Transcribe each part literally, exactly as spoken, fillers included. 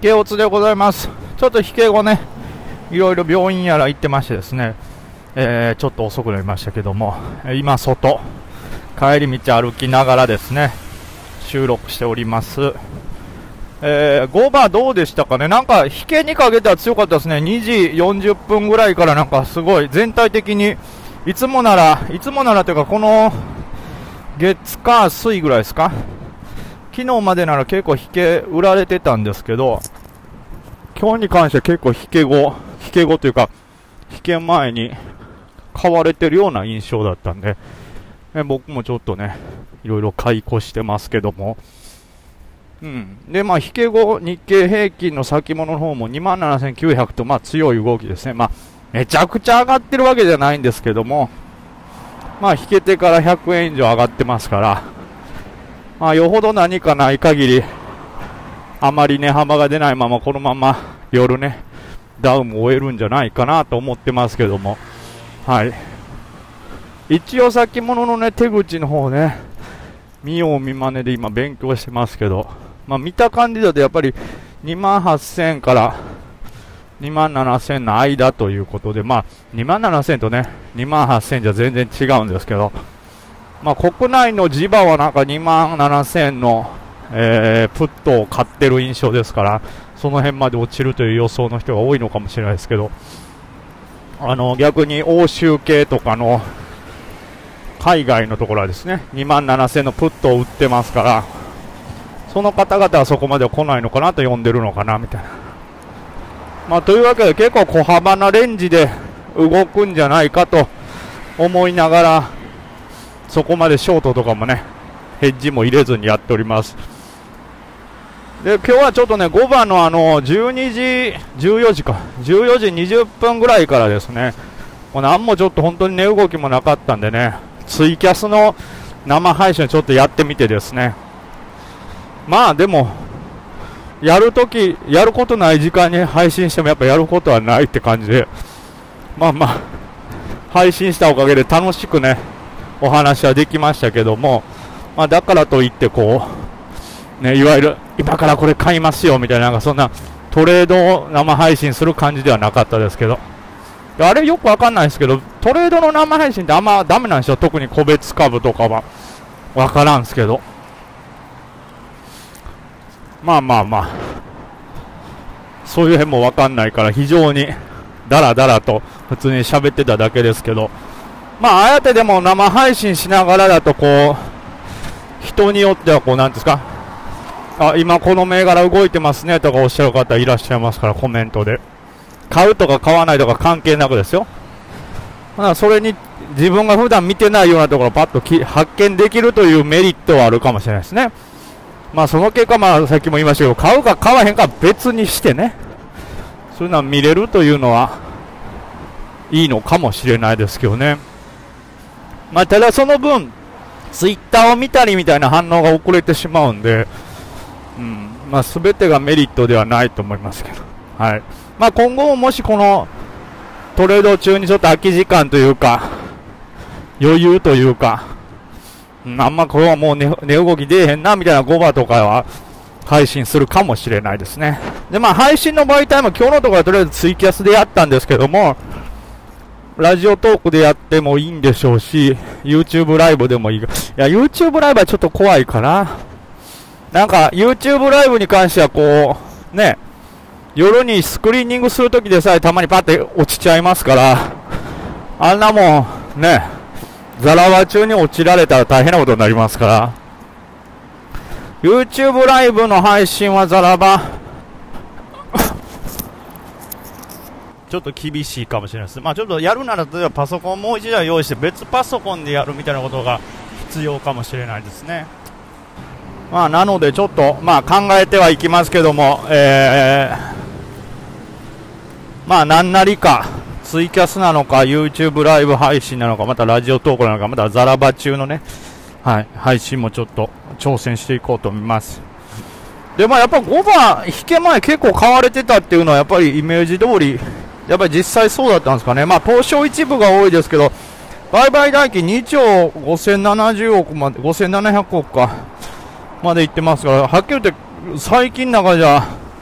けおつでございます。ちょっと引け後ね、いろいろ病院やら行ってましてですね、えー、ちょっと遅くなりましたけども、今外、帰り道歩きながらですね、収録しております。えー、ごばどうでしたかね。なんか引けにかけては強かったですね。にじよんじゅっぷんぐらいからなんかすごい全体的に、いつもなら、いつもならというかこの月火水ぐらいですか。昨日までなら結構引け売られてたんですけど、今日に関しては結構引け後、引け後というか、引け前に買われてるような印象だったんで、え僕もちょっとね、いろいろ買い越してますけども、うん。で、まあ、引け後、日経平均の先物の方も にまんななせんきゅうひゃく と、まあ、強い動きですね。まあ、めちゃくちゃ上がってるわけじゃないんですけども、まあ、引けてからひゃくえん以上上がってますから、まあ、よほど何かない限り、あまり値幅が出ないまま、このまま夜ね、ダウンも終えるんじゃないかなと思ってますけども、はい。一応先物のね、手口の方ね、見よう見まねで今勉強してますけど、まあ見た感じだとやっぱりにまんはっせんからにまんななせんの間ということで、まあにまんななせんとね、にまんはっせんじゃ全然違うんですけど、まあ国内の地場はなんかにまんななせんの、えー、プットを買ってる印象ですから、その辺まで落ちるという予想の人が多いのかもしれないですけど、あの逆に欧州系とかの海外のところはですね、にまんななせんのプットを売ってますから、その方々はそこまでは来ないのかなと呼んでるのかなみたいな。まあというわけで結構小幅なレンジで動くんじゃないかと思いながら、そこまでショートとかもね、ヘッジも入れずにやっております。で、今日はちょっとね、ごばのあの、じゅうにじ、じゅうよじか、じゅうよじにじゅっぷんぐらいからですね、もう何もちょっと本当に値動きもなかったんでね、ツイキャスの生配信をちょっとやってみてですね、まあでもやるときやることない時間に配信してもやっぱやることはないって感じで、まあまあ配信したおかげで楽しくねお話はできましたけども、まあだからといってこうね、いわゆる今からこれ買いますよみたいな、なんかそんなトレードを生配信する感じではなかったですけど、あれよくわかんないですけど、トレードの生配信ってあんまダメなんですよ。特に個別株とかはわからんすけど、まあまあまあそういう辺もわかんないから非常にダラダラと普通に喋ってただけですけど、まあああやってでも生配信しながらだとこう人によってはこうなんですか、あ今この銘柄動いてますねとかおっしゃる方いらっしゃいますから、コメントで買うとか買わないとか関係なくですよ。まあそれに自分が普段見てないようなところをパッとき発見できるというメリットはあるかもしれないですね。まあその結果、まあさっきも言いましたけど、買うか買わへんか別にしてね、そういうのは見れるというのはいいのかもしれないですけどね。まあただその分ツイッターを見たりみたいな反応が遅れてしまうんで、うん、まあ全てがメリットではないと思いますけど、はい。まあ今後ももしこのトレード中にちょっと空き時間というか余裕というか、うん、あんまこれはもう 値, 値動き出えへんなみたいなごばとかは配信するかもしれないですね。でまあ配信の媒体も今日のところはとりあえずツイキャスでやったんですけども、ラジオトークでやってもいいんでしょうし、 YouTube ライブでもいいが、いや YouTube ライブはちょっと怖いかな。なんか YouTube ライブに関してはこうね、夜にスクリーニングするときでさえたまにパッて落ちちゃいますから、あんなもんね、ザラバ中に落ちられたら大変なことになりますから、 YouTube ライブの配信はザラバちょっと厳しいかもしれないです。まあちょっとやるなら例えばパソコンもう一台用意して別パソコンでやるみたいなことが必要かもしれないですね。まあなのでちょっとまあ考えてはいきますけども、えー、まあ何なりかツイキャスなのか YouTube ライブ配信なのか、またラジオトークなのか、またザラバ中のね、はい、配信もちょっと挑戦していこうと思います。でまあやっぱごば引け前結構買われてたっていうのはやっぱりイメージ通りやっぱり実際そうだったんですかね。まあ東証一部が多いですけど、売買代金にちょうごせんななじゅうおくまで、ごせんななひゃくおくかまでいってますから、はっきり言って最近の中じゃ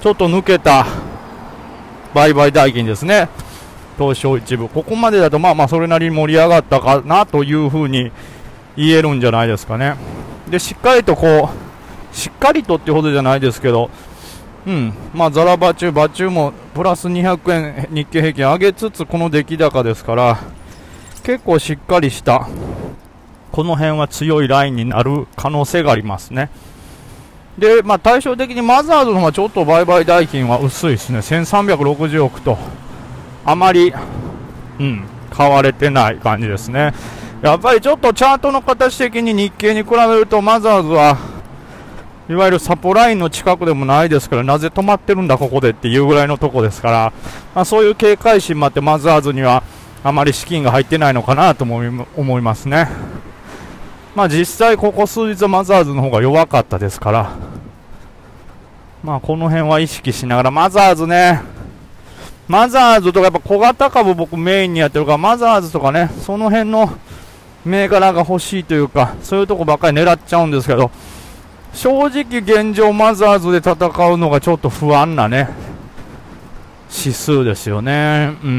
ちょっと抜けた売買代金ですね。東証一部。ここまでだとまあまあそれなりに盛り上がったかなというふうに言えるんじゃないですかね。で、しっかりとこう、しっかりとってほどじゃないですけど、うん、まあザラバ中、バ中もプラスにひゃくえん日経平均上げつつこの出来高ですから、結構しっかりした、この辺は強いラインになる可能性がありますね。で、まあ対照的にマザーズの方はちょっと売買代金は薄いですね。せんさんびゃくろくじゅうおくと、あまり、うん、買われてない感じですね。やっぱりちょっとチャートの形的に日経に比べるとマザーズはいわゆるサポラインの近くでもないですから、なぜ止まってるんだここでっていうぐらいのとこですから、まあ、そういう警戒心もあってマザーズにはあまり資金が入ってないのかなと思い、思いますね。まあ実際ここ数日はマザーズの方が弱かったですから、まあこの辺は意識しながら、マザーズね、マザーズとかやっぱ小型株僕メインにやってるから、マザーズとかね、その辺の銘柄が欲しいというか、そういうとこばっかり狙っちゃうんですけど、正直現状マザーズで戦うのがちょっと不安なね、指数ですよね。うん。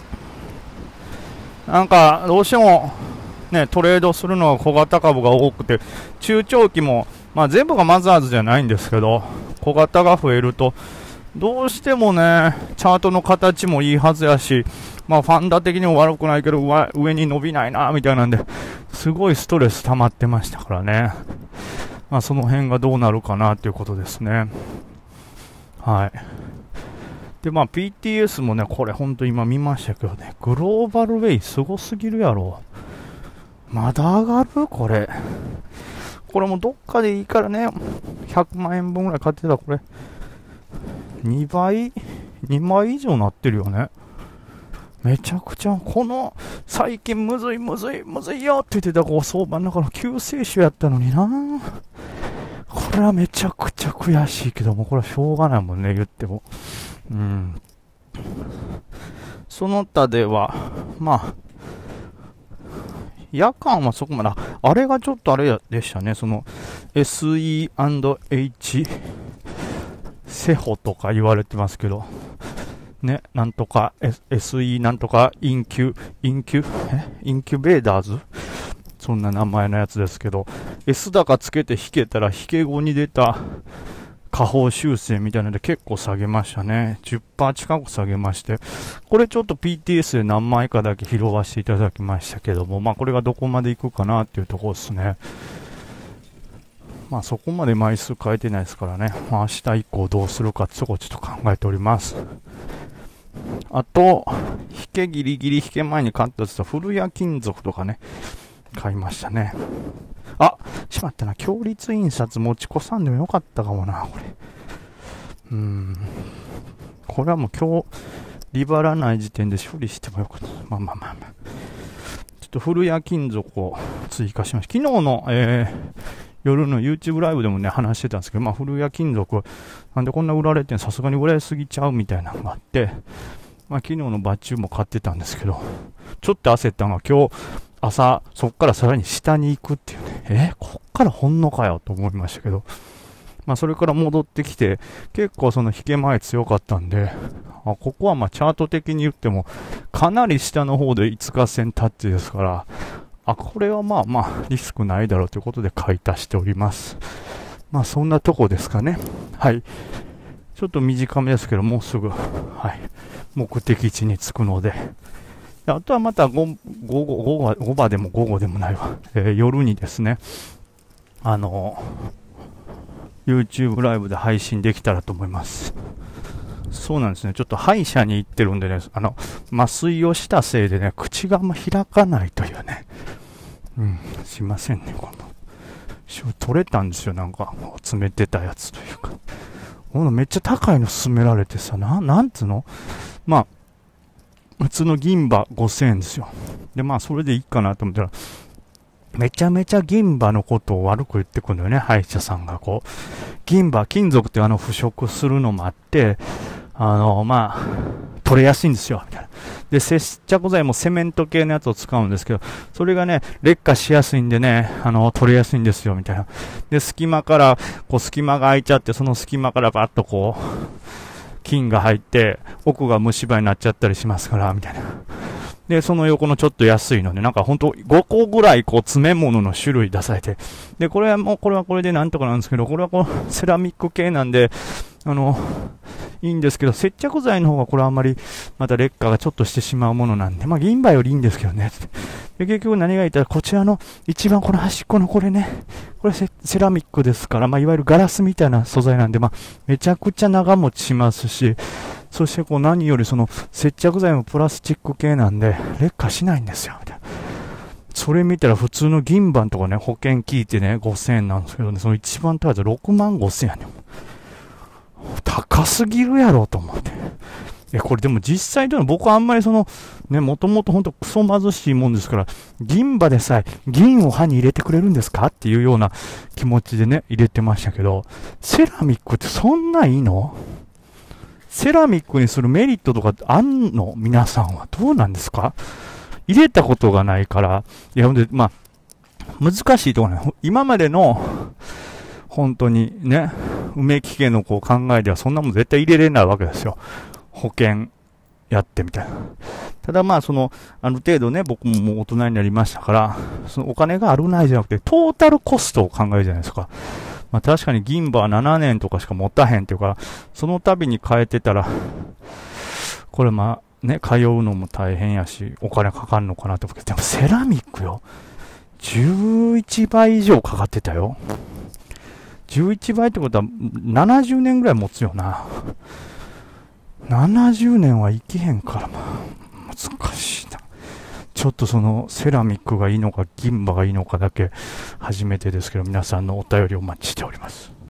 なんかどうしてもね、トレードするのは小型株が多くて、中長期も、まあ全部がマザーズじゃないんですけど、小型が増えると、どうしてもね、チャートの形もいいはずやし、まあファンダ的にも悪くないけど、上、上に伸びないな、みたいなんで、すごいストレス溜まってましたからね。まあその辺がどうなるかなということですね。はい。で、まあ ピーティーエス もね、これほんと今見ましたけどね、グローバルウェイすごすぎるやろ。まだ上がるこれ。これもどっかでいいからね、ひゃくまんえんぶんぐらい買ってた、これ。にばい、にばい以上なってるよね。めちゃくちゃ、この、最近むずいむずいむずいよって言ってた、こう、相場の中の救世主やったのにな。これはめちゃくちゃ悔しいけども、これはしょうがないもんね、言っても。うん。その他では、まあ、夜間はそこまで、あれがちょっとあれでしたね、その エスイーアンドエイチ セホとか言われてますけど、ね、なんとか エスイー なんとかインキュ、インキュ、えインキュベーダーズそんな名前のやつですけど、S 高つけて引けたら引け後に出た下方修正みたいなので結構下げましたね。じゅっパーセント 近く下げまして。これちょっと ピーティーエス で何枚かだけ拾わせていただきましたけども、まあこれがどこまでいくかなっていうところですね。まあそこまで枚数変えてないですからね。まあ明日以降どうするかそこちょっと考えております。あと、引けギリギリ引け前に買ったやつと古谷金属とかね、買いましたね。あ、しまったな。強立印刷持ち越さんでもよかったかもな、これ。うーん。これはもう今日、リバらない時点で処理してもよかった。まあまあまあまあ。ちょっと古谷金属を追加しました。昨日の、えー、夜の YouTube ライブでもね、話してたんですけど、まあ古谷金属、なんでこんな売られてん、さすがに売られすぎちゃうみたいなのがあって、まあ昨日のバッチューも買ってたんですけど、ちょっと焦ったのが今日、朝、そっからさらに下に行くっていうね。えこっからほんのかよと思いましたけど。まあそれから戻ってきて、結構その引け前強かったんで、あここはまあチャート的に言っても、かなり下の方でいつか線タッチですから、あ、これはまあまあリスクないだろうということで買い足しております。まあそんなとこですかね。はい。ちょっと短めですけど、もうすぐ、はい。目的地に着くので、あとはまた午後、午後、午後でも午後でもないわ。えー、夜にですね、あのー、YouTube ライブで配信できたらと思います。そうなんですね。ちょっと歯医者に行ってるんでね、あの、麻酔をしたせいでね、口があんま開かないというね。うん、すいませんね、この。取れたんですよ、なんか、詰めてたやつというか。ほんめっちゃ高いの勧められてさ、な、なんつうのまあ、普通の銀歯ごせんえんですよ。で、まあ、それでいいかなと思ったら、めちゃめちゃ銀歯のことを悪く言ってくるのよね、歯医者さんがこう。銀歯、金属ってあの腐食するのもあって、あの、まあ、 取れやすいんですよみたいな。で、接着剤もセメント系のやつを使うんですけど、それがね、劣化しやすいんでね、あの、取れやすいんですよみたいな。で、隙間から、こう、隙間が空いちゃって、その隙間からバッとこう、菌が入って、奥が虫歯になっちゃったりしますから、みたいな。で、その横のちょっと安いので、なんかほんとごこぐらいこう詰め物の種類出されて、で、これはもう、これはこれでなんとかなんですけど、これはこう、セラミック系なんで、あの、いいんですけど、接着剤の方がこれはあんまり、また劣化がちょっとしてしまうものなんで、まあ銀歯よりいいんですけどね。で、結局何が言ったら、こちらの一番この端っこのこれね、これセセラミックですから、まあいわゆるガラスみたいな素材なんで、まあめちゃくちゃ長持ちしますし、そしてこう何よりその接着剤もプラスチック系なんで、劣化しないんですよ、みたいな。それ見たら普通の銀歯とかね、保険聞いてね、ごせんえんなんですけどね、その一番高いやつろくまんごせんえんやねん。高すぎるやろと思って。いや、これでも実際というのは僕はあんまりその、ね、もともとほんとクソ貧しいもんですから、銀歯でさえ銀を歯に入れてくれるんですかっていうような気持ちでね、入れてましたけど、セラミックってそんないいの？セラミックにするメリットとかあんの？皆さんはどうなんですか？入れたことがないから、いや、ほんで、まあ、難しいところね。今までの、本当にね、梅木家のこう考えではそんなもん絶対入れれないわけですよ。保険やってみたいな。ただまあその、ある程度ね、僕ももう大人になりましたから、そのお金があるないじゃなくて、トータルコストを考えるじゃないですか。まあ確かに銀歯はななねんとかしか持たへんっていうから、その度に変えてたら、これまあね、通うのも大変やし、お金かかるのかなって思って、でもセラミックよ。じゅういちばい以上かかってたよ。じゅういちばいってことはななじゅうねんぐらい持つよな。ななじゅうねんはいけへんから、まあ、難しいな。ちょっとそのセラミックがいいのか銀歯がいいのかだけ初めてですけど、皆さんのお便りをお待ちしております。